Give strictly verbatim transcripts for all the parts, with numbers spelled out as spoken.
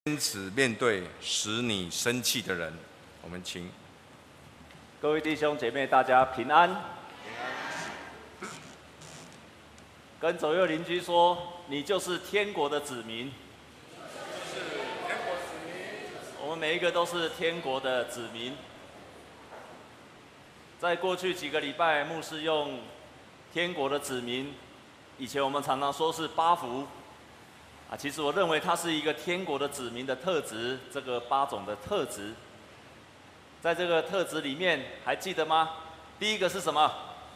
坚持面对使你生气的人。我们请各位弟兄姐妹，大家平安。跟左右邻居说，你就是天国的子民。我们每一个都是天国的子民。在过去几个礼拜，牧师用天国的子民，以前我们常常说是八福。啊，其实我认为它是一个天国的子民的特质，这个八种的特质，在这个特质里面，还记得吗？第一个是什么？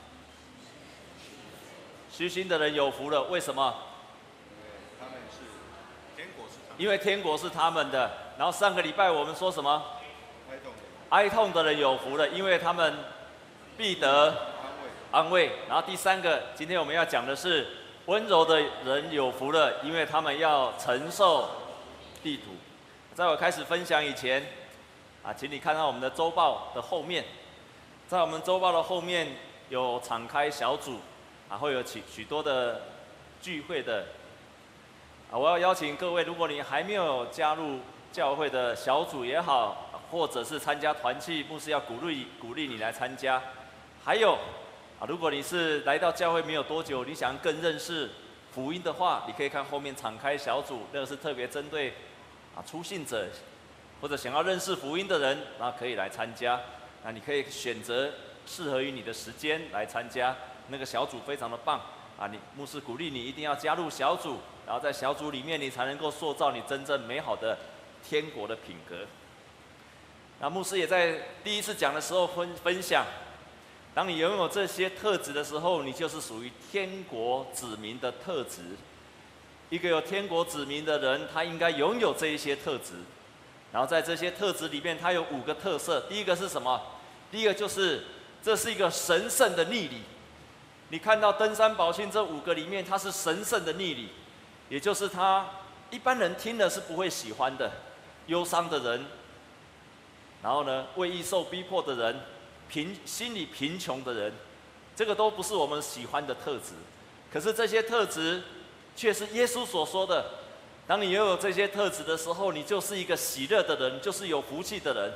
虚心的人有福了，为什么？ 他们是天国是他们， 因为天国是他们的。然后上个礼拜我们说什么？ 哀痛的哀痛的人有福了，因为他们必得安慰。 安慰。然后第三个，今天我们要讲的是。温柔的人有福了，因为他们要承受地土。在我开始分享以前，啊，请你看到我们的周报的后面，在我们周报的后面有敞开小组，啊，会有许许多的聚会的。啊，我要邀请各位，如果你还没有加入教会的小组也好，或者是参加团契，牧师要鼓励鼓励你来参加。还有。啊，如果你是来到教会没有多久，你想更认识福音的话，你可以看后面敞开小组，那个是特别针对啊初信者或者想要认识福音的人，那可以来参加。那你可以选择适合于你的时间来参加，那个小组非常的棒啊！你牧师鼓励你一定要加入小组，然后在小组里面你才能够塑造你真正美好的天国的品格。那牧师也在第一次讲的时候分分享。当你拥有这些特质的时候，你就是属于天国子民的特质。一个有天国子民的人，他应该拥有这一些特质。然后在这些特质里面，他有五个特色。第一个是什么？第一个就是这是一个神圣的逆理。你看到登山宝训这五个里面，它是神圣的逆理，也就是他一般人听了是不会喜欢的。忧伤的人，然后呢，为义受逼迫的人。贫心理贫穷的人，这个都不是我们喜欢的特质。可是这些特质，却是耶稣所说的。当你拥有这些特质的时候，你就是一个喜乐的人，就是有福气的人。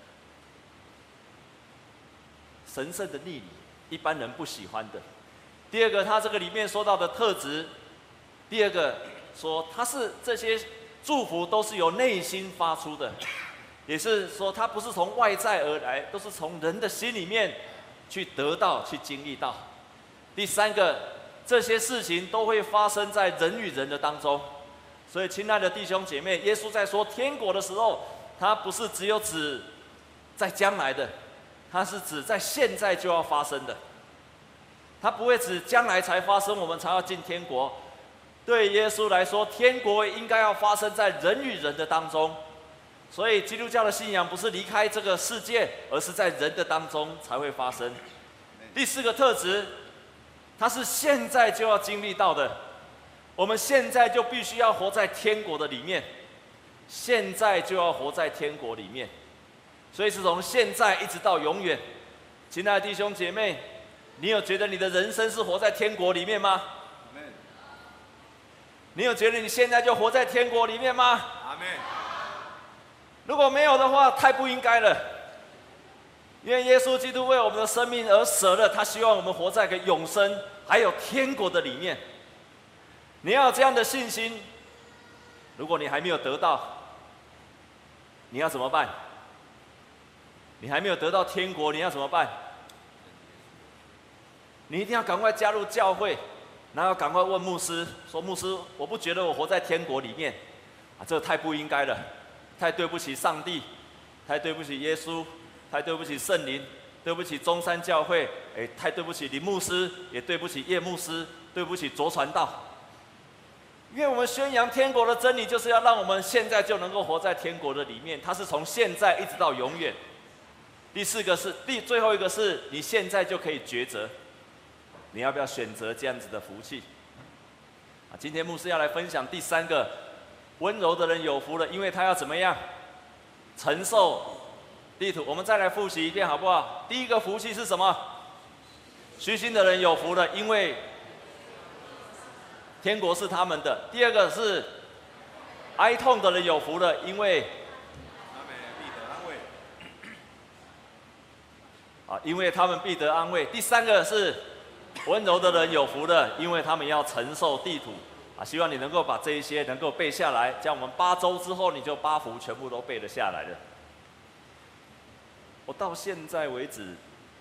神圣的逆理，一般人不喜欢的。第二个，他这个里面说到的特质，第二个说他是这些祝福都是由内心发出的。也是说，它不是从外在而来，都是从人的心里面去得到、去经历到。第三个，这些事情都会发生在人与人的当中。所以，亲爱的弟兄姐妹，耶稣在说天国的时候，它不是只有指在将来的，它是指在现在就要发生的。它不会指将来才发生，我们才要进天国。对耶稣来说，天国应该要发生在人与人的当中。所以基督教的信仰不是离开这个世界，而是在人的当中才会发生。第四个特质，它是现在就要经历到的。我们现在就必须要活在天国的里面，现在就要活在天国里面。所以是从现在一直到永远。亲爱的弟兄姐妹，你有觉得你的人生是活在天国里面吗？你有觉得你现在就活在天国里面吗？ 阿们。 如果没有的话，太不应该了。因为耶稣基督为我们的生命而舍了，他希望我们活在一个永生还有天国的里面。你要有这样的信心。如果你还没有得到，你要怎么办？你还没有得到天国，你要怎么办？你一定要赶快加入教会，然后赶快问牧师说：“牧师，我不觉得我活在天国里面啊，这太不应该了。”太对不起上帝，太对不起耶稣，太对不起圣灵，对不起中山教会，哎，太对不起林牧师，也对不起叶牧师，对不起卓传道。因为我们宣扬天国的真理，就是要让我们现在就能够活在天国的里面，它是从现在一直到永远。第四个是第最后一个是你现在就可以抉择，你要不要选择这样子的福气？啊，今天牧师要来分享第三个。温柔的人有福了，因为他要怎么样承受地土？我们再来复习一遍好不好？第一个福气是什么？虚心的人有福了，因为天国是他们的。第二个是哀痛的人有福了，因为他们必得安慰。 啊，因为他们必得安慰。第三个是温柔的人有福了，因为他们要承受地土。啊，希望你能够把这一些能够背下来，这样我们八周之后，你就八福全部都背得下来了。我到现在为止，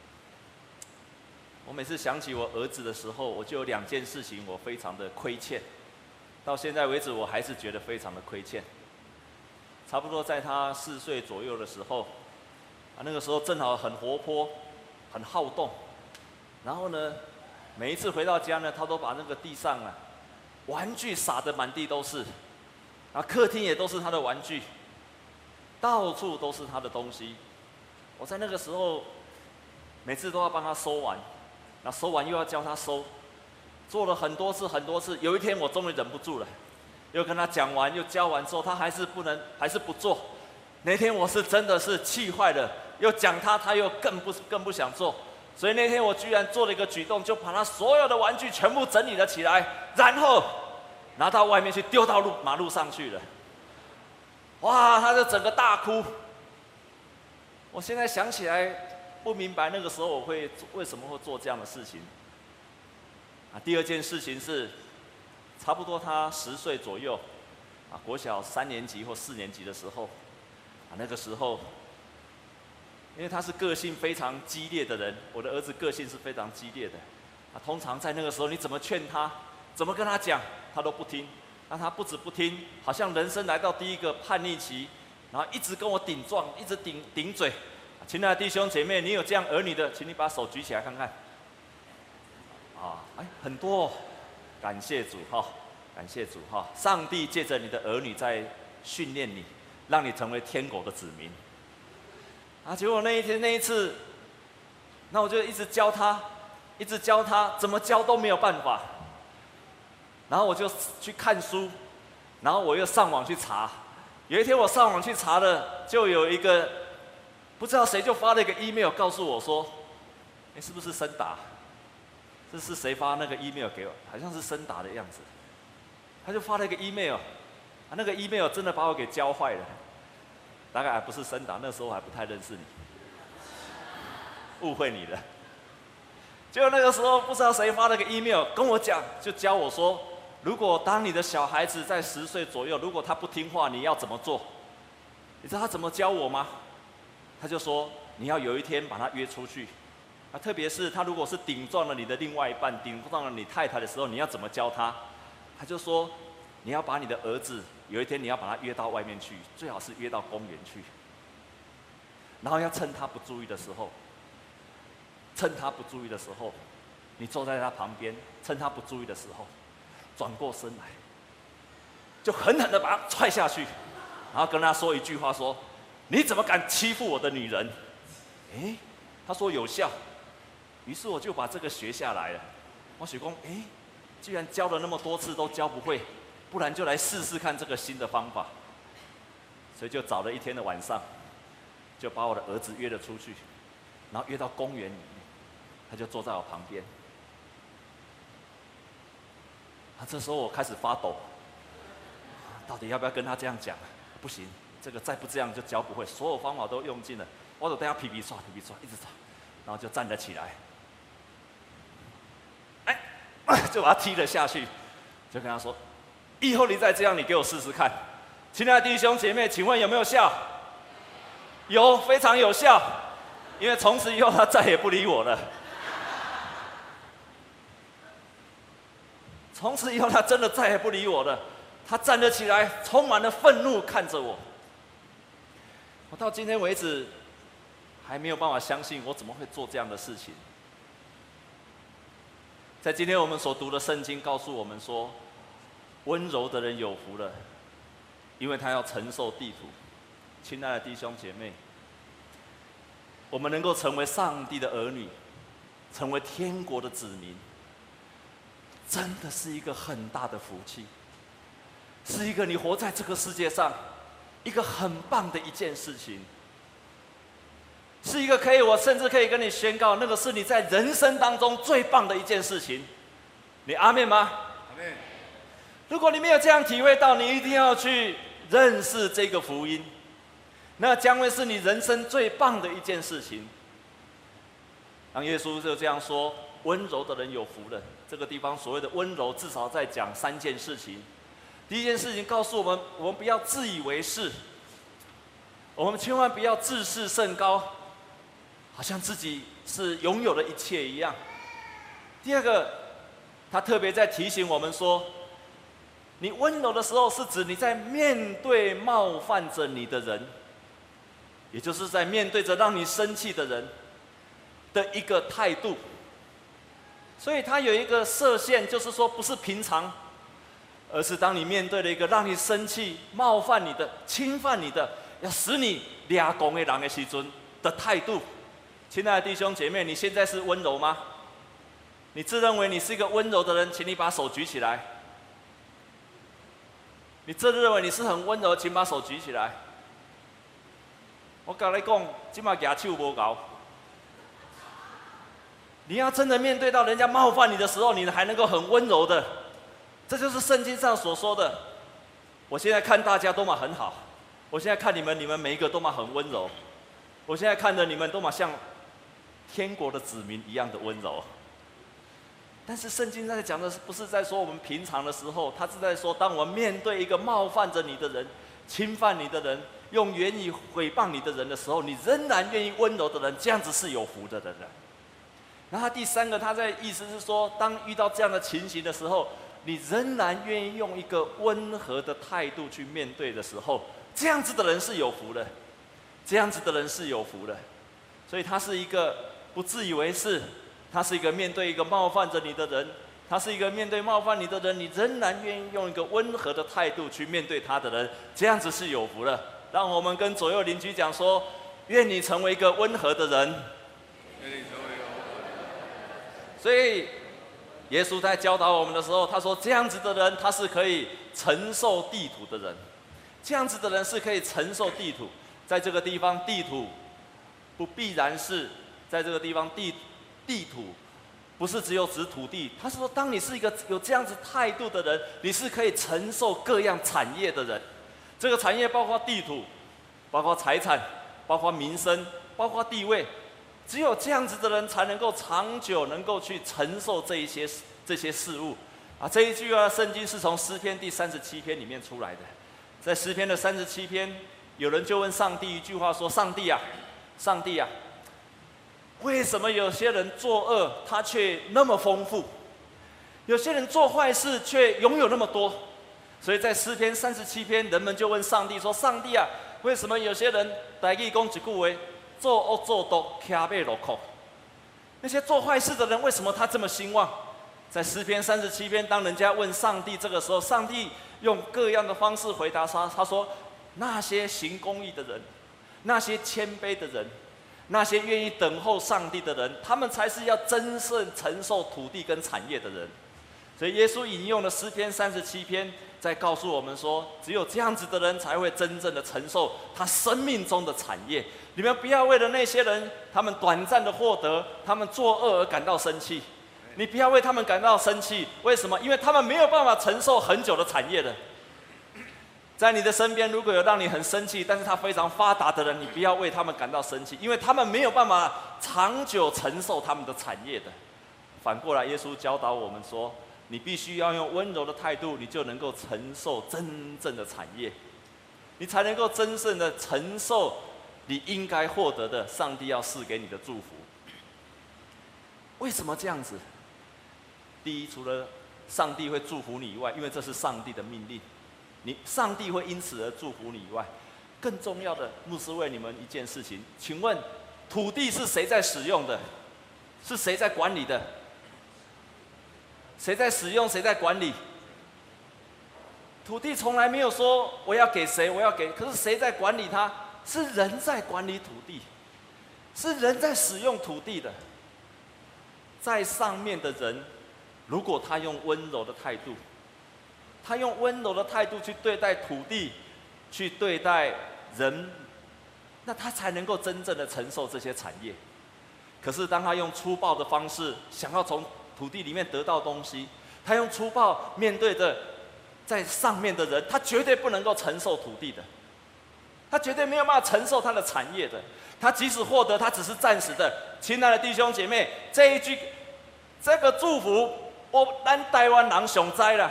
我每次想起我儿子的时候，我就有两件事情我非常的亏欠。到现在为止，我还是觉得非常的亏欠。差不多在他四岁左右的时候，啊，那个时候正好很活泼，很好动。然后呢，每一次回到家呢，他都把那个地上啊，玩具撒得满地都是，啊，客厅也都是他的玩具，到处都是他的东西。我在那个时候，每次都要帮他收完，那收完又要教他收，做了很多次很多次。有一天我终于忍不住了，又跟他讲完又教完之后，他还是不能，还是不做。那天我是真的是气坏了，又讲他，他又更不更不想做。所以那天我居然做了一个举动，就把他所有的玩具全部整理了起来，然后拿到外面去丢到路马路上去了。哇，他就整个大哭。我现在想起来不明白那个时候我会为什么会做这样的事情。啊，第二件事情是，差不多他十岁左右，啊，国小三年级或四年级的时候，啊，那个时候。因为他是个性非常激烈的人，我的儿子个性是非常激烈的，啊，通常在那个时候你怎么劝他，怎么跟他讲，他都不听。那他不止不听，好像人生来到第一个叛逆期，然后一直跟我顶撞，一直顶顶嘴。亲爱的弟兄姐妹，你有这样儿女的，请你把手举起来看看。啊，哎，很多、哦，感谢主哈，感谢主哈，上帝借着你的儿女在训练你，让你成为天国的子民。啊！结果那一天那一次，那我就一直教他，一直教他，怎么教都没有办法。然后我就去看书，然后我又上网去查。有一天我上网去查了，就有一个不知道谁就发了一个 email 告诉我说：“哎，是不是森达？这是谁发那个 email 给我？好像是森达的样子。”他就发了一个 email， 啊，那个 email 真的把我给教坏了。大概还不是森达，那时候还不太认识你，误会你了。结果那个时候不知道谁发了个 email 跟我讲，就教我说，如果当你的小孩子在十岁左右，如果他不听话，你要怎么做？你知道他怎么教我吗？他就说你要有一天把他约出去，啊，特别是他如果是顶撞了你的另外一半，顶撞了你太太的时候，你要怎么教他？他就说你要把你的儿子。有一天你要把他约到外面去，最好是约到公园去，然后要趁他不注意的时候，趁他不注意的时候，你坐在他旁边，趁他不注意的时候，转过身来，就狠狠的把他踹下去，然后跟他说一句话说：“你怎么敢欺负我的女人？”哎，他说有效，于是我就把这个学下来了。我想说，哎，居然教了那么多次都教不会。不然就来试试看这个新的方法，所以就找了一天的晚上，就把我的儿子约了出去，然后约到公园里面，他就坐在我旁边。啊，这时候我开始发抖，到底要不要跟他这样讲？不行，这个再不这样就教不会，所有方法都用尽了，我就等下皮皮刷皮皮刷，一直刷，然后就站了起来，哎，就把他踢了下去，就跟他说。以后你再这样，你给我试试看。亲爱的弟兄姐妹，请问有没有效？有，非常有效。因为从此以后他再也不理我了。从此以后他真的再也不理我了。他站了起来，充满了愤怒看着我。我到今天为止还没有办法相信我怎么会做这样的事情。在今天我们所读的圣经告诉我们说。温柔的人有福了，因为他要承受地土。亲爱的弟兄姐妹，我们能够成为上帝的儿女，成为天国的子民，真的是一个很大的福气，是一个你活在这个世界上一个很棒的一件事情，是一个可以，我甚至可以跟你宣告，那个是你在人生当中最棒的一件事情。你阿们吗？ 阿们。 如果你没有这样体会到，你一定要去认识这个福音，那将会是你人生最棒的一件事情。当耶稣就这样说：“温柔的人有福了。”这个地方所谓的温柔，至少在讲三件事情。第一件事情告诉我们，我们不要自以为是，我们千万不要自视甚高，好像自己是拥有了一切一样。第二个，他特别在提醒我们说，你温柔的时候，是指你在面对冒犯着你的人，也就是在面对着让你生气的人的一个态度。所以他有一个设限，就是说不是平常，而是当你面对了一个让你生气、冒犯你的、侵犯你的、要使你俩公的人的时阵的态度。亲爱的弟兄姐妹，你现在是温柔吗？你自认为你是一个温柔的人，请你把手举起来。你自认为你是很温柔，请把手举起来。我跟你讲，现在举手不高。你要真的面对到人家冒犯你的时候，你还能够很温柔的，这就是圣经上所说的。我现在看大家都嘛很好，我现在看你们，你们每一个都嘛很温柔。我现在看着你们都嘛像天国的子民一样的温柔。但是圣经在讲的不是在说我们平常的时候，他是在说，当我们面对一个冒犯着你的人、侵犯你的人、用言语毁谤你的人的时候，你仍然愿意温柔的人，这样子是有福的人。然后第三个，他在意思是说，当遇到这样的情形的时候，你仍然愿意用一个温和的态度去面对的时候，这样子的人是有福的，这样子的人是有福的。所以他是一个不自以为是，他是一个面对一个冒犯着你的人，他是一个面对冒犯你的人，你仍然愿意用一个温和的态度去面对他的人，这样子是有福的。让我们跟左右邻居讲说，愿你成为一个温和的人。所以，耶稣在教导我们的时候，他说：“这样子的人，他是可以承受地土的人。这样子的人是可以承受地土。在这个地方，地土不必然是在这个地方地地土，不是只有指土地。他是说，当你是一个有这样子态度的人，你是可以承受各样产业的人。这个产业包括地土，包括财产，包括民生，包括地位。”只有这样子的人才能够长久能够去承受这一些这些事物啊！这一句啊，圣经是从诗篇第三十七篇里面出来的。在诗篇的三十七篇，有人就问上帝一句话说：“上帝啊，上帝啊，为什么有些人作恶，他却那么丰富；有些人做坏事，却拥有那么多？”所以在诗篇三十七篇，人们就问上帝说：“上帝啊，为什么有些人台语讲一句话？”做恶做多，卡被落苦。那些做坏事的人，为什么他这么兴旺？在诗篇三十七篇，当人家问上帝这个时候，上帝用各样的方式回答他。他说：“那些行公义的人，那些谦卑的人，那些愿意等候上帝的人，他们才是要真正承受土地跟产业的人。”所以耶稣引用了诗篇三十七篇，在告诉我们说，只有这样子的人才会真正的承受他生命中的产业。你们不要为了那些人，他们短暂的获得，他们作恶而感到生气。你不要为他们感到生气，为什么？因为他们没有办法承受很久的产业的。在你的身边，如果有让你很生气，但是他非常发达的人，你不要为他们感到生气，因为他们没有办法长久承受他们的产业的。反过来，耶稣教导我们说，你必须要用温柔的态度，你就能够承受真正的产业，你才能够真正的承受你应该获得的上帝要赐给你的祝福。为什么这样子？第一，除了上帝会祝福你以外，因为这是上帝的命令，你上帝会因此而祝福你以外，更重要的，牧师问你们一件事情：请问，土地是谁在使用的？是谁在管理的？谁在使用？谁在管理？土地从来没有说我要给谁，我要给，可是谁在管理它？是人在管理土地，是人在使用土地的。在上面的人，如果他用温柔的态度，他用温柔的态度去对待土地，去对待人，那他才能够真正的承受这些产业。可是当他用粗暴的方式，想要从土地里面得到东西，他用粗暴面对着在上面的人，他绝对不能够承受土地的，他绝对没有办法承受他的产业的。他即使获得，他只是暂时的。亲爱的弟兄姐妹，这一句这个祝福，我咱台湾人上知了。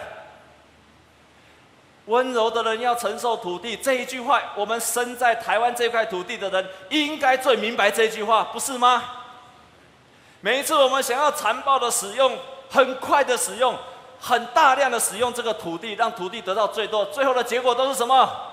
温柔的人要承受土地这一句话，我们生在台湾这块土地的人，应该最明白这句话，不是吗？每一次我们想要残暴的使用，很快的使用，很大量的使用这个土地，让土地得到最多，最后的结果都是什么？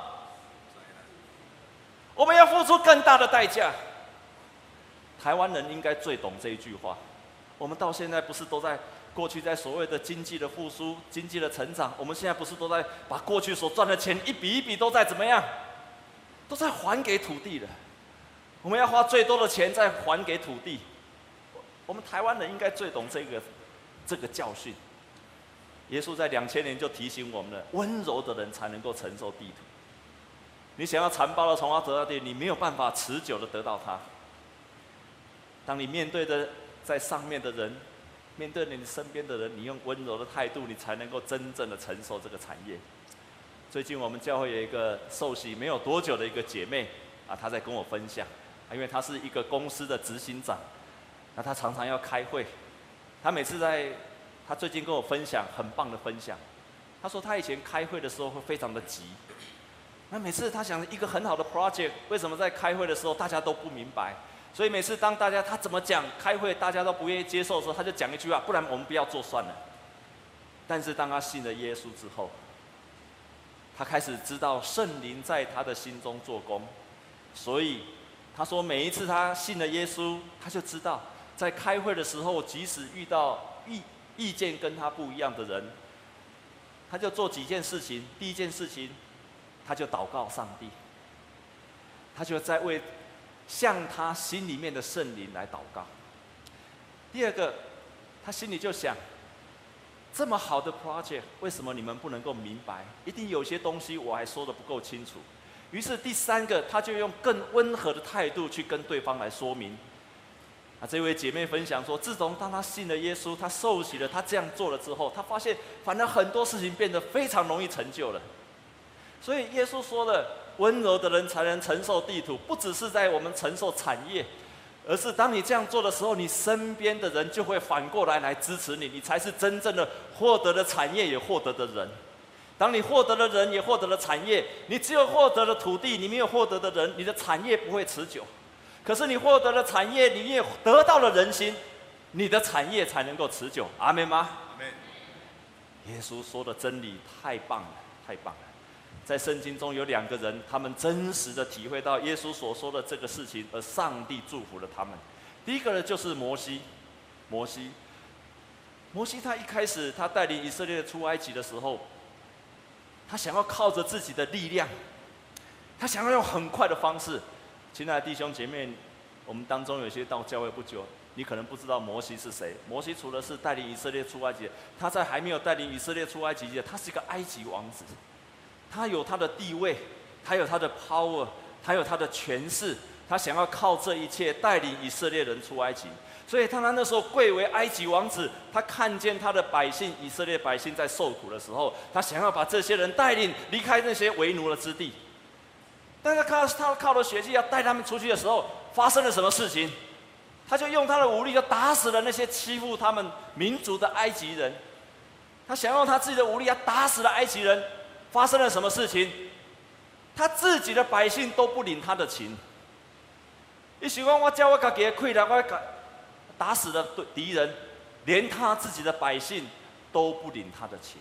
我们要付出更大的代价。台湾人应该最懂这一句话。我们到现在不是都在过去在所谓的经济的复苏、经济的成长，我们现在不是都在把过去所赚的钱一笔一笔都在怎么样？都在还给土地了。我们要花最多的钱在还给土地。我们台湾人应该最懂这个这个教训。耶稣在两千年就提醒我们了：温柔的人才能够承受地土。你想要残暴的从他得到地，你没有办法持久的得到它。当你面对的在上面的人，面对你身边的人，你用温柔的态度，你才能够真正的承受这个产业。最近我们教会有一个受洗没有多久的一个姐妹啊，她在跟我分享，因为她是一个公司的执行长。那他常常要开会，他每次在，他最近跟我分享很棒的分享。他说他以前开会的时候会非常的急，那每次他想一个很好的 project， 为什么在开会的时候大家都不明白？所以每次当大家他怎么讲开会大家都不愿意接受的时候，他就讲一句话：不然我们不要做算了。但是当他信了耶稣之后，他开始知道圣灵在他的心中做工，所以他说每一次他信了耶稣，他就知道。在开会的时候，即使遇到意意见跟他不一样的人，他就做几件事情。第一件事情，他就祷告上帝，他就在为向他心里面的圣灵来祷告。第二个，他心里就想：这么好的 project， 为什么你们不能够明白？一定有些东西我还说得不够清楚。于是第三个，他就用更温和的态度去跟对方来说明。啊，这位姐妹分享说，自从当她信了耶稣，她受洗了，她这样做了之后，她发现反而很多事情变得非常容易成就了。所以耶稣说的，温柔的人才能承受地土，不只是在我们承受产业，而是当你这样做的时候，你身边的人就会反过来来支持你，你才是真正的获得了产业也获得的人。当你获得了人也获得了产业，你只有获得了土地，你没有获得的人，你的产业不会持久。可是你获得了产业，你也得到了人心，你的产业才能够持久。阿们吗？ 阿们。 耶稣说的真理太棒了，太棒了。在圣经中有两个人，他们真实的体会到耶稣所说的这个事情，而上帝祝福了他们。第一个呢，就是摩西。摩西，摩西他一开始他带领以色列出埃及的时候，他想要靠着自己的力量，他想要用很快的方式。亲爱的弟兄姐妹，我们当中有些到教会不久，你可能不知道摩西是谁。摩西除了是带领以色列出埃及，他在还没有带领以色列出埃及前，他是一个埃及王子，他有他的地位，他有他的 power， 他有他的权势，他想要靠这一切带领以色列人出埃及。所以当他那时候贵为埃及王子，他看见他的百姓以色列百姓在受苦的时候，他想要把这些人带领离开那些为奴的之地。但是他他靠着血气要带他们出去的时候，发生了什么事情？他就用他的武力，就打死了那些欺负他们民族的埃及人。他想用他自己的武力，要打死了埃及人。发生了什么事情？他自己的百姓都不领他的情。你想讲我叫我自己的溃烂，我打死了敌人，连他自己的百姓都不领他的情。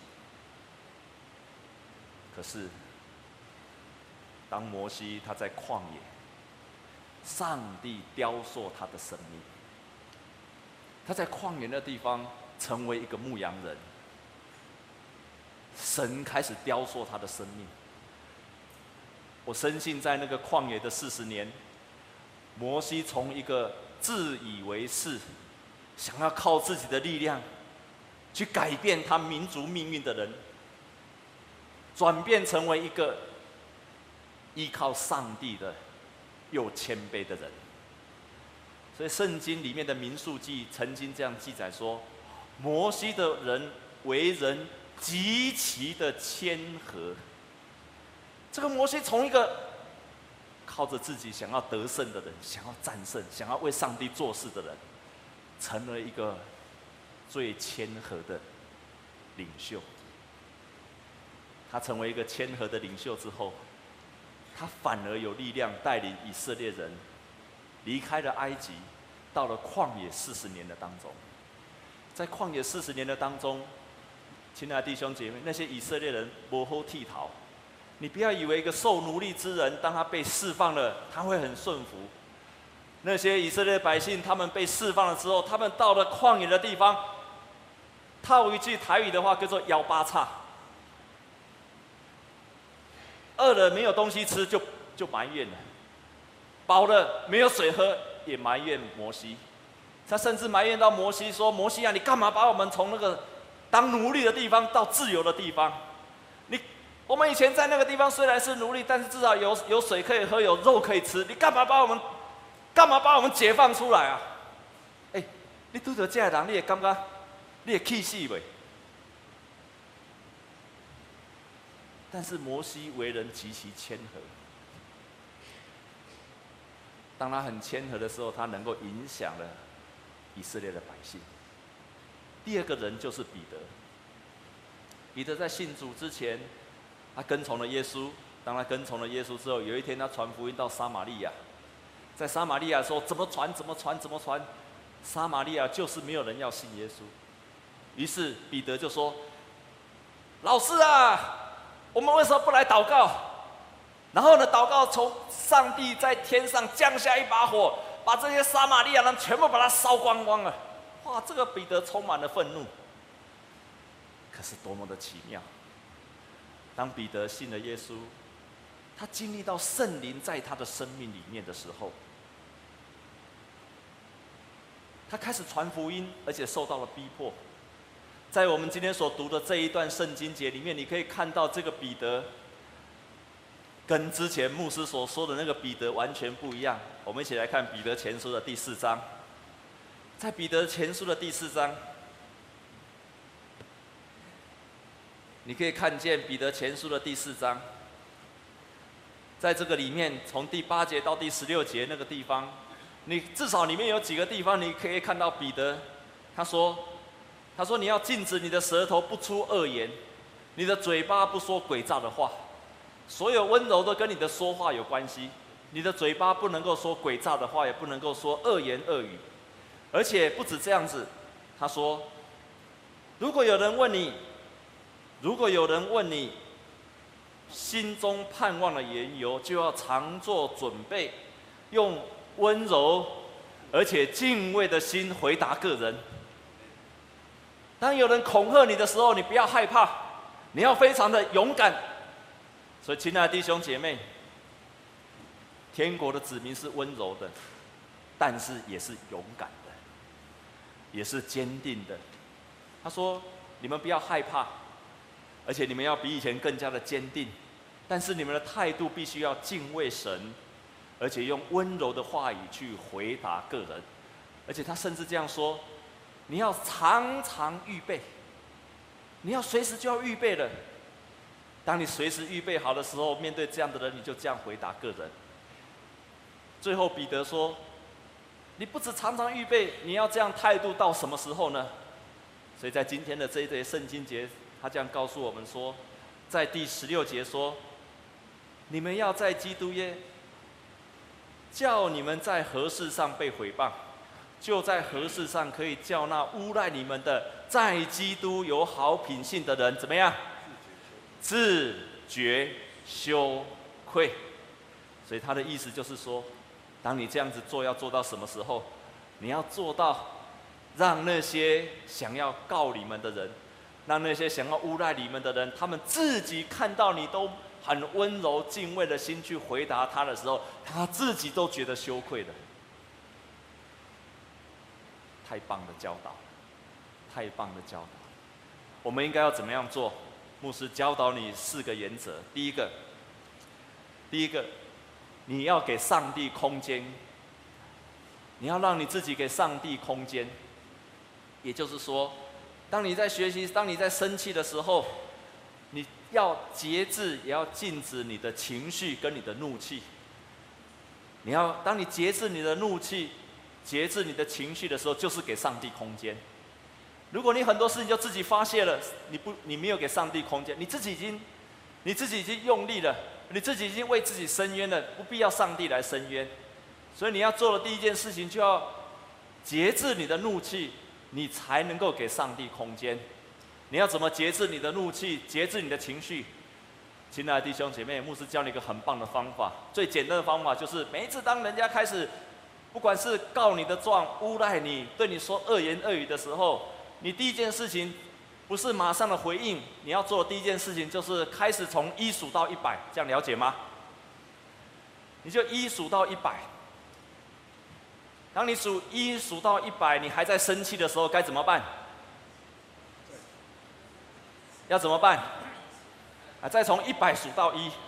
可是。当摩西他在旷野，上帝雕塑他的生命。他在旷野的地方成为一个牧羊人，神开始雕塑他的生命。我深信，在那个旷野的四十年，摩西从一个自以为是、想要靠自己的力量去改变他民族命运的人，转变成为一个依靠上帝的又谦卑的人。所以圣经里面的民数记曾经这样记载说，摩西的人为人极其的谦和。这个摩西从一个靠着自己想要得胜的人，想要战胜，想要为上帝做事的人，成了一个最谦和的领袖。他成为一个谦和的领袖之后，他反而有力量带领以色列人离开了埃及，到了旷野四十年的当中。在旷野四十年的当中，亲爱的弟兄姐妹，那些以色列人无好剃头。你不要以为一个受奴隶之人，当他被释放了，他会很顺服。那些以色列百姓，他们被释放了之后，他们到了旷野的地方，套一句台语的话，叫做摇八叉。饿了没有东西吃就就埋怨了，饱了没有水喝也埋怨摩西。他甚至埋怨到摩西说：“摩西啊，你干嘛把我们从那个当奴隶的地方到自由的地方？你我们以前在那个地方虽然是奴隶，但是至少有有水可以喝，有肉可以吃。你干嘛把我们干嘛把我们解放出来啊？哎、欸，你拄到这样的人，你会感觉你会气死袂？”但是摩西为人极其谦和，当他很谦和的时候，他能够影响了以色列的百姓。第二个人就是彼得。彼得在信主之前，他跟从了耶稣。当他跟从了耶稣之后，有一天他传福音到撒玛利亚，在撒玛利亚说怎么传怎么传怎么传，撒玛利亚就是没有人要信耶稣。于是彼得就说：“老师啊，我们为什么不来祷告？然后呢，祷告从上帝在天上降下一把火，把这些撒玛利亚人全部把它烧光光了。”哇，这个彼得充满了愤怒。可是多么的奇妙！当彼得信了耶稣，他经历到圣灵在他的生命里面的时候，他开始传福音，而且受到了逼迫。在我们今天所读的这一段圣经节里面，你可以看到这个彼得跟之前牧师所说的那个彼得完全不一样。我们一起来看彼得前书的第四章。在彼得前书的第四章，你可以看见彼得前书的第四章，在这个里面，从第八节到第十六节那个地方，你至少里面有几个地方你可以看到彼得，他说。他说：“你要禁止你的舌头不出恶言，你的嘴巴不说诡诈的话。所有温柔的跟你的说话有关系，你的嘴巴不能够说诡诈的话，也不能够说恶言恶语。而且不止这样子，他说，如果有人问你，如果有人问你心中盼望的缘由，就要常做准备，用温柔而且敬畏的心回答个人。当有人恐吓你的时候，你不要害怕，你要非常的勇敢。所以，亲爱的弟兄姐妹，天国的子民是温柔的，但是也是勇敢的，也是坚定的。他说：“你们不要害怕，而且你们要比以前更加的坚定。但是你们的态度必须要敬畏神，而且用温柔的话语去回答个人。而且他甚至这样说。”你要常常预备，你要随时就要预备了。当你随时预备好的时候，面对这样的人，你就这样回答个人。最后彼得说：“你不只常常预备，你要这样态度到什么时候呢？”所以在今天的这一节圣经节，他这样告诉我们说，在第十六节说：“你们要在基督耶，叫你们在何事上被毁谤。”就在何事上可以叫那诬赖你们的，在基督有好品性的人怎么样？自觉羞愧。所以他的意思就是说，当你这样子做，要做到什么时候？你要做到，让那些想要告你们的人，让那些想要诬赖你们的人，他们自己看到你都很温柔敬畏的心去回答他的时候，他自己都觉得羞愧的。太棒的教导，太棒的教导。我们应该要怎么样做？牧师教导你四个原则。第一个，第一个，你要给上帝空间，你要让你自己给上帝空间。也就是说， 当你在学习，当你在生气的时候，你要节制，也要禁止你的情绪跟你的怒气。你要，当你节制你的怒气、节制你的情绪的时候，就是给上帝空间。如果你很多事情就自己发泄了，你不，你没有给上帝空间，你自己已经，你自己已经用力了，你自己已经为自己申冤了，不必要上帝来申冤。所以你要做的第一件事情，就要节制你的怒气，你才能够给上帝空间。你要怎么节制你的怒气，节制你的情绪？亲爱的弟兄姐妹，牧师教你一个很棒的方法，最简单的方法就是，每一次当人家开始，不管是告你的状、诬赖你、对你说恶言恶语的时候，你第一件事情不是马上的回应，你要做的第一件事情就是开始从一数到一百，这样了解吗？你就一数到一百。当你数一数到一百，你还在生气的时候，该怎么办？要怎么办？啊，再从一百数到一。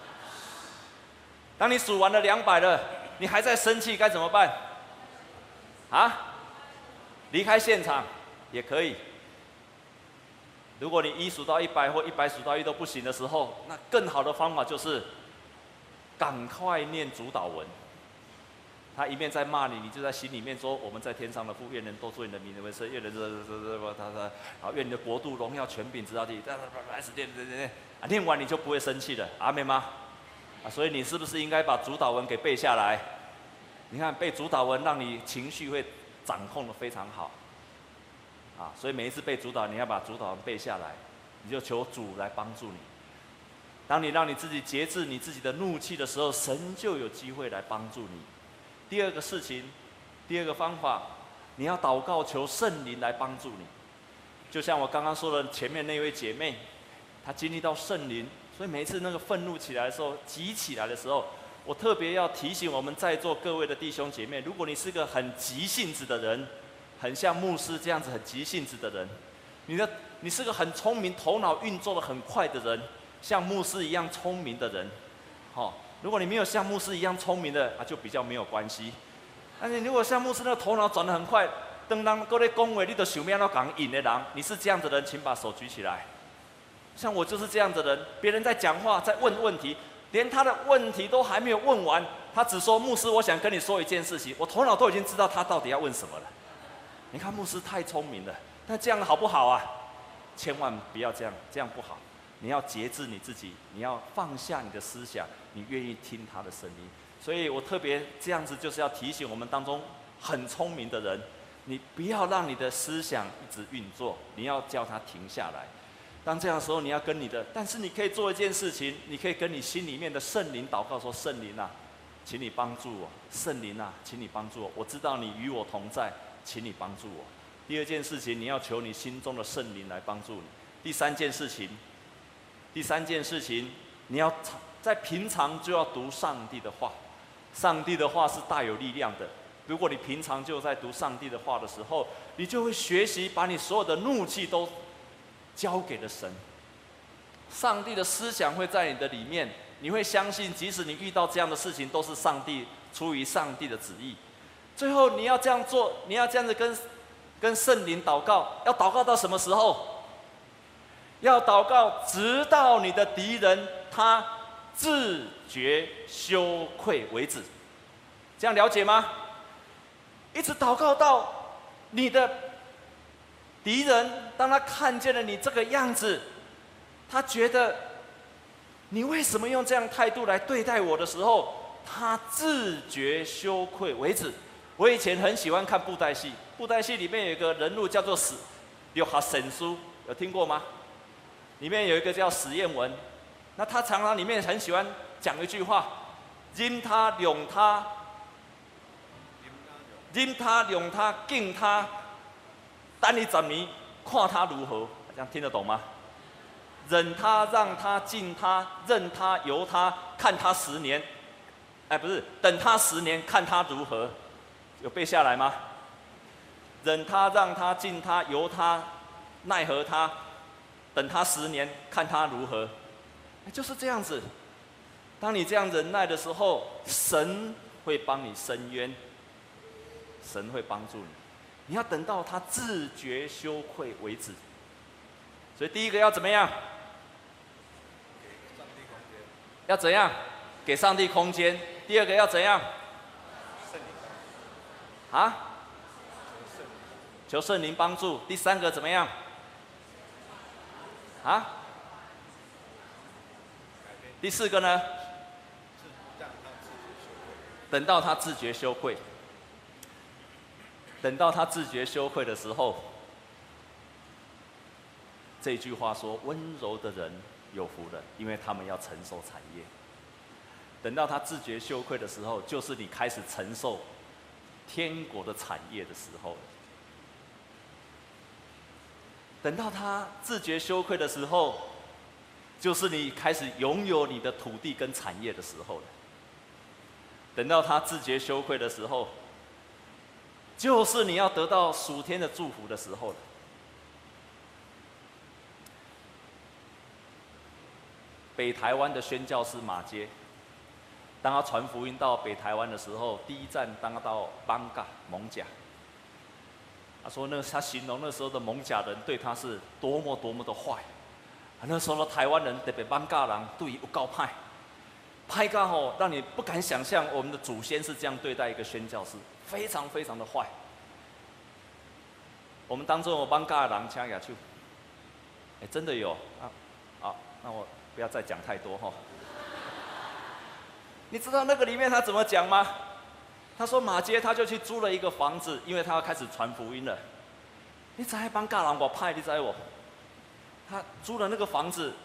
当你数完了两百了，你还在生气，该怎么办？啊？离开现场也可以。如果你一数到一百或一百数到一都不行的时候，那更好的方法就是赶快念主祷文。他一面在骂你，你就在心里面说：“我们在天上的父，愿人都尊你的名为圣，愿人这这这这他他，然后愿你的国度、荣耀、权柄直到地。”来是念念念啊，念完你就不会生气了，阿们吗？啊，所以你是不是应该把主祷文给背下来？你看背主祷文，让你情绪会掌控得非常好。啊，所以每一次背主祷，你要把主祷文背下来，你就求主来帮助你。当你让你自己节制你自己的怒气的时候，神就有机会来帮助你。第二个事情，第二个方法，你要祷告求圣灵来帮助你。就像我刚刚说的，前面那位姐妹，她经历到圣灵，所以每一次那个愤怒起来的时候，急起来的时候，我特别要提醒我们在座各位的弟兄姐妹，如果你是个很急性子的人，很像牧师这样子很急性子的人，你的你是个很聪明、头脑运作的很快的人，像牧师一样聪明的人，好、哦。如果你没有像牧师一样聪明的，啊，就比较没有关系。但是如果像牧师那个头脑转得很快，当当各位恭维你都想要那讲引的人，你是这样的人，请把手举起来。像我就是这样的人，别人在讲话，在问问题，连他的问题都还没有问完，他只说牧师，我想跟你说一件事情，我头脑都已经知道他到底要问什么了。你看牧师太聪明了，但这样好不好啊？千万不要这样，这样不好。你要节制你自己，你要放下你的思想，你愿意听他的声音。所以我特别这样子，就是要提醒我们当中很聪明的人，你不要让你的思想一直运作，你要叫它停下来。当这样的时候，你要跟你的，但是你可以做一件事情，你可以跟你心里面的圣灵祷告说：圣灵啊，请你帮助我；圣灵啊，请你帮助我。我知道你与我同在，请你帮助我。第二件事情，你要求你心中的圣灵来帮助你。第三件事情。第三件事情，你要在平常就要读上帝的话，上帝的话是大有力量的。如果你平常就在读上帝的话的时候，你就会学习把你所有的怒气都交给了神。上帝的思想会在你的里面，你会相信，即使你遇到这样的事情，都是上帝出于上帝的旨意。最后你要这样做，你要这样子跟跟圣灵祷告，要祷告到什么时候？要祷告，直到你的敌人他自觉羞愧为止。这样了解吗？一直祷告到你的敌人，当他看见了你这个样子，他觉得你为什么用这样态度来对待我的时候，他自觉羞愧为止。我以前很喜欢看布袋戏，布袋戏里面有一个人物叫做史刘哈神书，有听过吗？里面有一个叫史艳文，那他常常里面很喜欢讲一句话：忍他、容他、忍他、容他、敬他，等你十年，看他如何。这样听得懂吗？忍他、让他、敬他、任他、由他，看他十年。哎，不是，等他十年，看他如何。有背下来吗？忍他、让他、敬他、由他、奈何他。等他十年，看他如何，就是这样子。当你这样忍耐的时候，神会帮你伸冤，神会帮助你。 你要等到他自觉羞愧为止。所以第一个要怎么样？要怎样？给上帝空间。第二个要怎样？啊？求圣灵帮助。第三个怎么样？啊？第四个呢？等到他自觉羞愧。等到他自觉羞愧的时候，这句话说：温柔的人有福了，因为他们要承受产业。等到他自觉羞愧的时候，就是你开始承受天国的产业的时候。等到他自觉羞愧的时候，就是你开始拥有你的土地跟产业的时候了。等到他自觉羞愧的时候，就是你要得到属天的祝福的时候了。北台湾的宣教师马街，当他传福音到北台湾的时候，第一站当他到邦嘎蒙甲。他说那他形容那时候的蒙甲人对他是多么多么的坏，那时候的台湾人特别邦嘎人对他有够歹，歹到吼让你不敢想象我们的祖先是这样对待一个宣教师，非常非常的坏。我们当中有邦嘎人请举手，哎，真的有啊，好，那我不要再讲太多哈。你知道那个里面他怎么讲吗？他说马街他就去租了一个房子，因为他要开始传福音了。你知道邦嘎人我派，你知道我？他租了那个房子，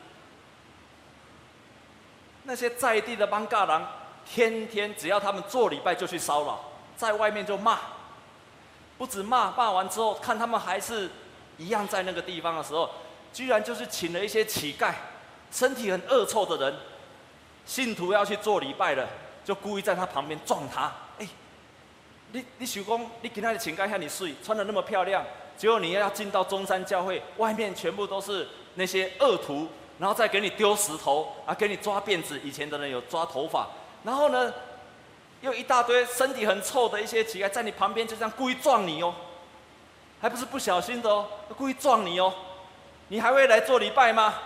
那些在地的邦嘎人，天天只要他们做礼拜就去骚扰，在外面就骂，不止骂，骂完之后看他们还是一样在那个地方的时候，居然就是请了一些乞丐，身体很恶臭的人，信徒要去做礼拜了，就故意在他旁边撞他。哎、欸，你你想讲，你今天的乞丐像你水，穿得那么漂亮，结果你要进到中山教会，外面全部都是那些恶徒，然后再给你丢石头啊，给你抓辫子，以前的人有抓头发，然后呢，又一大堆身体很臭的一些乞丐在你旁边就这样故意撞你哦，还不是不小心的哦，故意撞你哦，你还会来做礼拜吗？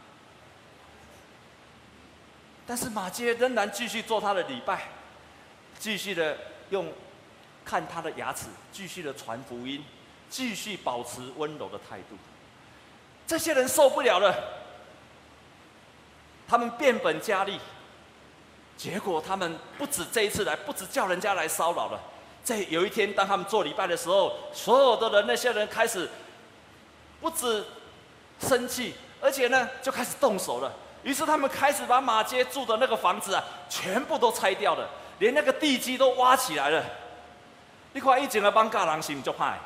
但是马街仍然继续做他的礼拜，继续的用看他的牙齿，继续的传福音，继续保持温柔的态度。这些人受不了了，他们变本加厉，结果他们不止这一次来，不止叫人家来骚扰了。在有一天，当他们做礼拜的时候，所有的人，那些人开始不止生气，而且呢，就开始动手了。于是他们开始把马街住的那个房子啊，全部都拆掉了，连那个地基都挖起来了。你看以前的邦嘎人是不是很歹？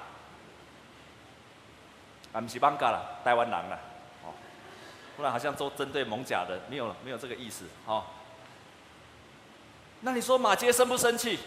啊，不是邦嘎啦，台湾人啦，哦，不然好像都针对蒙甲人，没有没有这个意思，哦。那你说马街生不生气？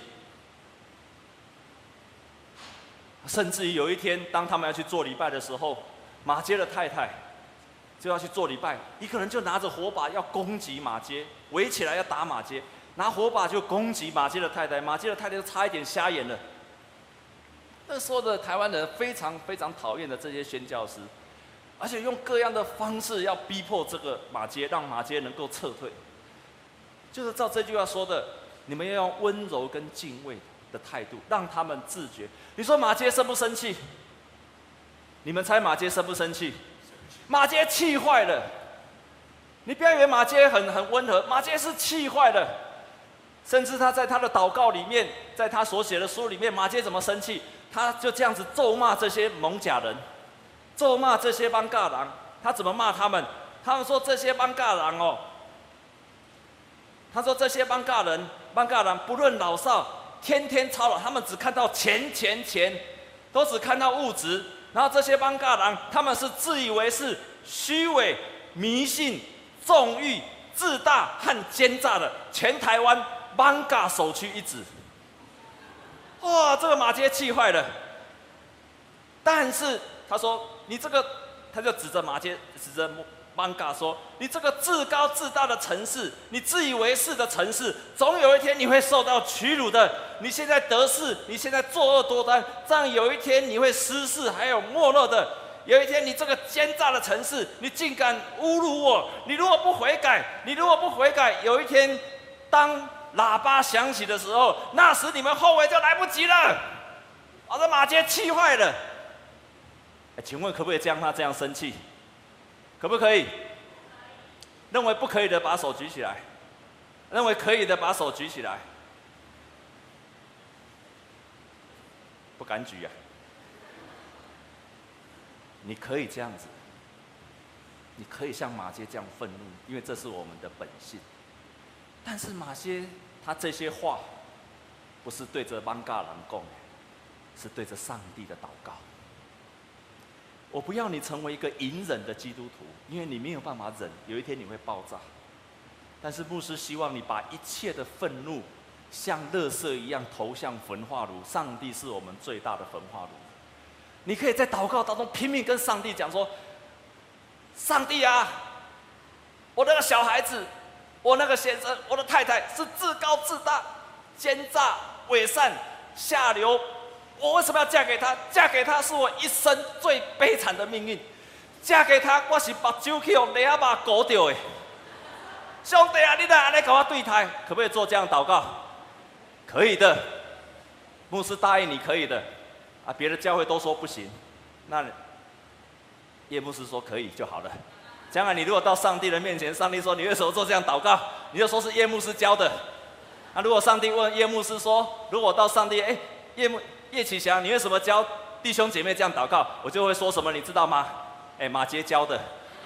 甚至于有一天，当他们要去做礼拜的时候，马街的太太就要去做礼拜，一个人就拿着火把要攻击马街，围起来要打马街，拿火把就攻击马街的太太，马街的太太就差一点瞎眼了。那时候的台湾人非常非常讨厌的这些宣教师，而且用各样的方式要逼迫这个马街，让马街能够撤退。就是照这句话说的，你们要用温柔跟敬畏的态度，让他们自觉。你说马街生不生气？你们猜马街生不生气？马街气坏了。你不要以为马街很很温和，马街是气坏了。甚至他在他的祷告里面，在他所写的书里面，马街怎么生气？他就这样子咒骂这些蒙甲人，咒骂这些邦嘎人。他怎么骂他们？他们说这些邦嘎人哦，他说这些邦嘎人，邦嘎人不论老少，天天操劳，他们只看到钱钱钱，都只看到物质。然后这些邦嘎人，他们是自以为是、虚伪、迷信、纵欲、自大和奸诈的，全台湾邦嘎首屈一指。哇，这个马街气坏了。但是他说：“你这个，他就指着马街，指着邦嘎说：“你这个自高自大的城市，你自以为是的城市，总有一天你会受到屈辱的。你现在得势，你现在作恶多端，这样有一天你会失势，还有没落的。有一天你这个奸诈的城市，你竟敢侮辱我！你如果不悔改，你如果不悔改，有一天当喇叭响起的时候，那时你们后悔就来不及了。”把这马街气坏了。哎，请问可不可以这样？他这样生气？可不可以？认为不可以的，把手举起来；认为可以的，把手举起来。不敢举啊！你可以这样子，你可以像马街这样愤怒，因为这是我们的本性。但是马街他这些话，不是对着邦嘎人讲，是对着上帝的祷告。我不要你成为一个隐忍的基督徒，因为你没有办法忍，有一天你会爆炸。但是牧师希望你把一切的愤怒，像垃圾一样投向焚化炉。上帝是我们最大的焚化炉。你可以在祷告当中拼命跟上帝讲说：“上帝啊，我那个小孩子，我那个先生，我的太太是自高自大、奸诈、伪善、下流。我为什么要嫁给他？嫁给他是我一生最悲惨的命运。嫁给他，我是把酒去用雷阿巴勾掉的。上帝啊，你哪安尼跟我对待？可不可以做这样祷告？可以的，牧师答应你可以的。啊，别的教会都说不行，那叶牧师说可以就好了。将来你如果到上帝的面前，上帝说你为什么做这样祷告，你就说是叶牧师教的。那如果上帝问叶牧师说，如果到上帝，哎，叶牧。叶启祥，你为什么教弟兄姐妹这样祷告？我就会说什么，你知道吗？哎，马杰教的。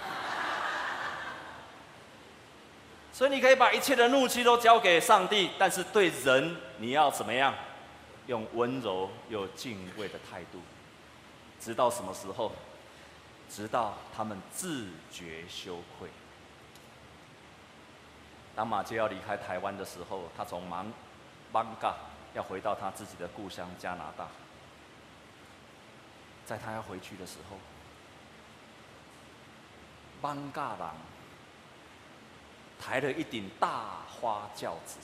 所以你可以把一切的怒气都交给上帝，但是对人你要怎么样？用温柔又敬畏的态度，直到什么时候？直到他们自觉羞愧。当马杰要离开台湾的时候，他从芒邦嘎要回到他自己的故乡加拿大。在他要回去的时候，邦嘎人抬了一顶大花轿子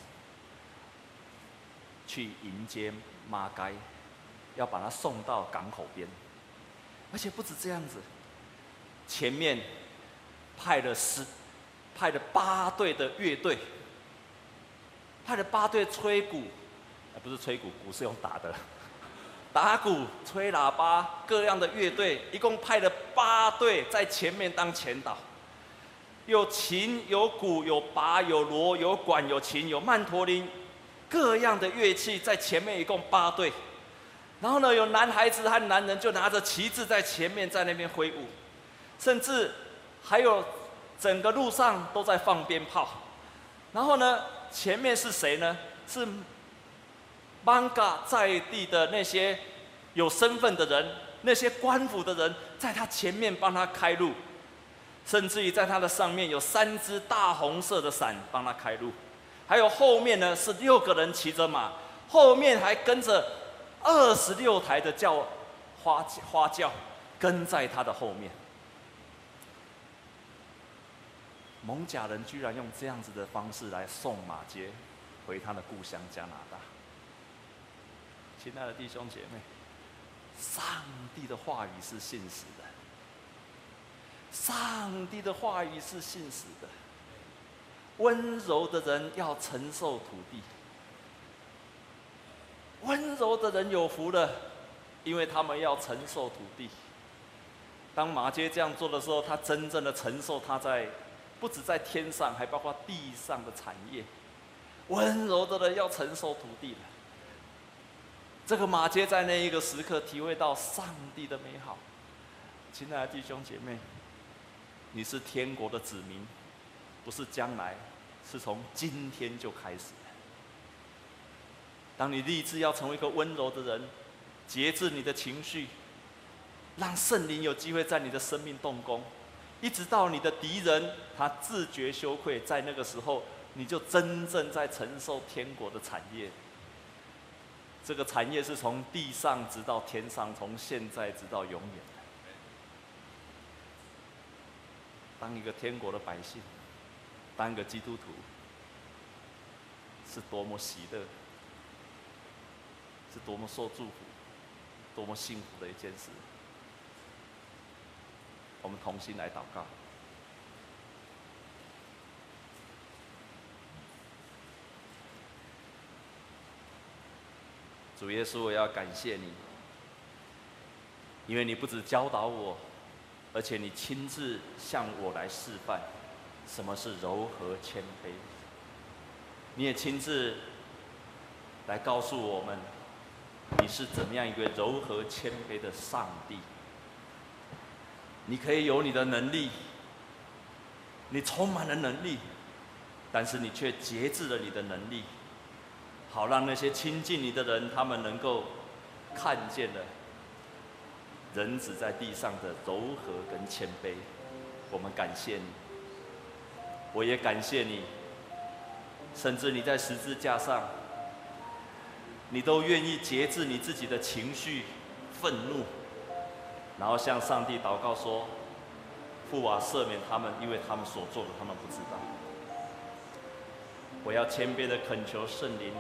去迎接马该，要把他送到港口边。而且不止这样子，前面派了十派了八队的乐队，派了八队吹鼓。不是吹鼓，鼓是用打的，打鼓、吹喇叭，各样的乐队，一共派了八队在前面当前导，有琴、有鼓、有拔、有锣、有管、有琴、有曼陀林，各样的乐器在前面，一共八队。然后呢，有男孩子和男人就拿着旗帜在前面，在那边挥舞，甚至还有整个路上都在放鞭炮。然后呢，前面是谁呢？是邦嘎在地的那些有身份的人，那些官府的人，在他前面帮他开路，甚至于在他的上面有三只大红色的伞帮他开路，还有后面呢是六个人骑着马，后面还跟着二十六台的轿花花轿跟在他的后面。蒙甲人居然用这样子的方式来送马杰回他的故乡加拿大。亲爱的弟兄姐妹，上帝的话语是信实的，上帝的话语是信实的。温柔的人要承受土地，温柔的人有福了，因为他们要承受土地。当马街这样做的时候，他真正的承受他在不止在天上，还包括地上的产业。温柔的人要承受土地了。这个马街在那一个时刻体会到上帝的美好。亲爱的弟兄姐妹，你是天国的子民，不是将来，是从今天就开始了。当你立志要成为一个温柔的人，节制你的情绪，让圣灵有机会在你的生命动工，一直到你的敌人他自觉羞愧，在那个时候，你就真正在承受天国的产业。这个产业是从地上直到天上，从现在直到永远的。 当一个天国的百姓，当一个基督徒，是多么喜乐，是多么受祝福，多么幸福的一件事。我们同心来祷告。主耶稣，我要感谢你，因为你不只教导我，而且你亲自向我来示范什么是柔和谦卑。你也亲自来告诉我们，你是怎么样一个柔和谦卑的上帝。你可以有你的能力，你充满了能力，但是你却节制了你的能力，好让那些亲近你的人，他们能够看见了人子在地上的柔和跟谦卑。我们感谢你，我也感谢你，甚至你在十字架上，你都愿意节制你自己的情绪、愤怒，然后向上帝祷告说：“父啊，赦免他们，因为他们所做的，他们不知道。”我要谦卑的恳求圣灵，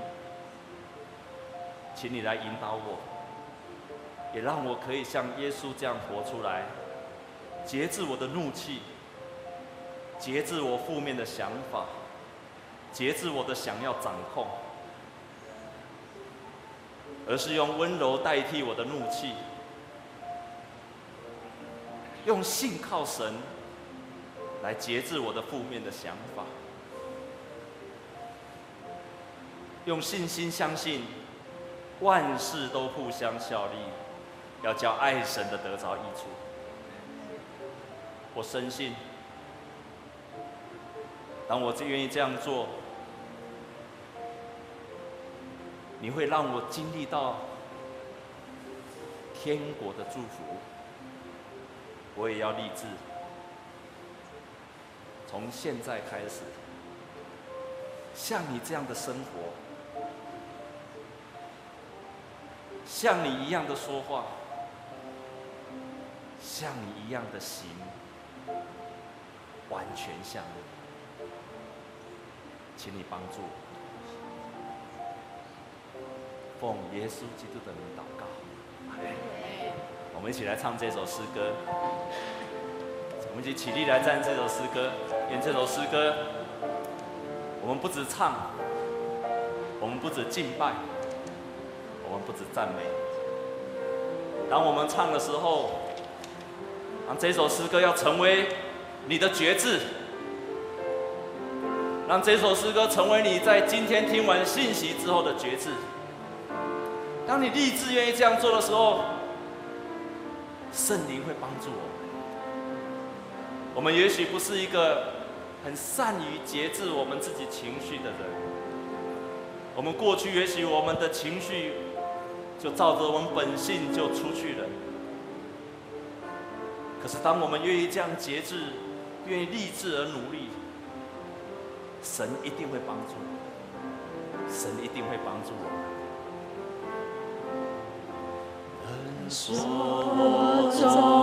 请你来引导我，也让我可以像耶稣这样活出来，节制我的怒气，节制我负面的想法，节制我的想要掌控，而是用温柔代替我的怒气，用信靠神来节制我的负面的想法，用信心相信万事都互相效力，要叫爱神的得着益处。我深信，当我愿意这样做，你会让我经历到天国的祝福。我也要立志，从现在开始，像你这样的生活，像你一样的说话，像你一样的行，完全像你。请你帮助我，奉耶稣基督的名祷告，阿们。我们一起来唱这首诗歌，我们一起起立来赞这首诗歌。愿这首诗歌，我们不只唱，我们不只敬拜，我们不只赞美。当我们唱的时候，让这首诗歌要成为你的决志，让这首诗歌成为你在今天听完信息之后的决志。当你立志愿意这样做的时候，圣灵会帮助我们。我们也许不是一个很善于节制我们自己情绪的人，我们过去也许我们的情绪就照着我们本性就出去了。可是当我们愿意这样节制，愿意立志而努力，神一定会帮助我们，神一定会帮助我们。人所中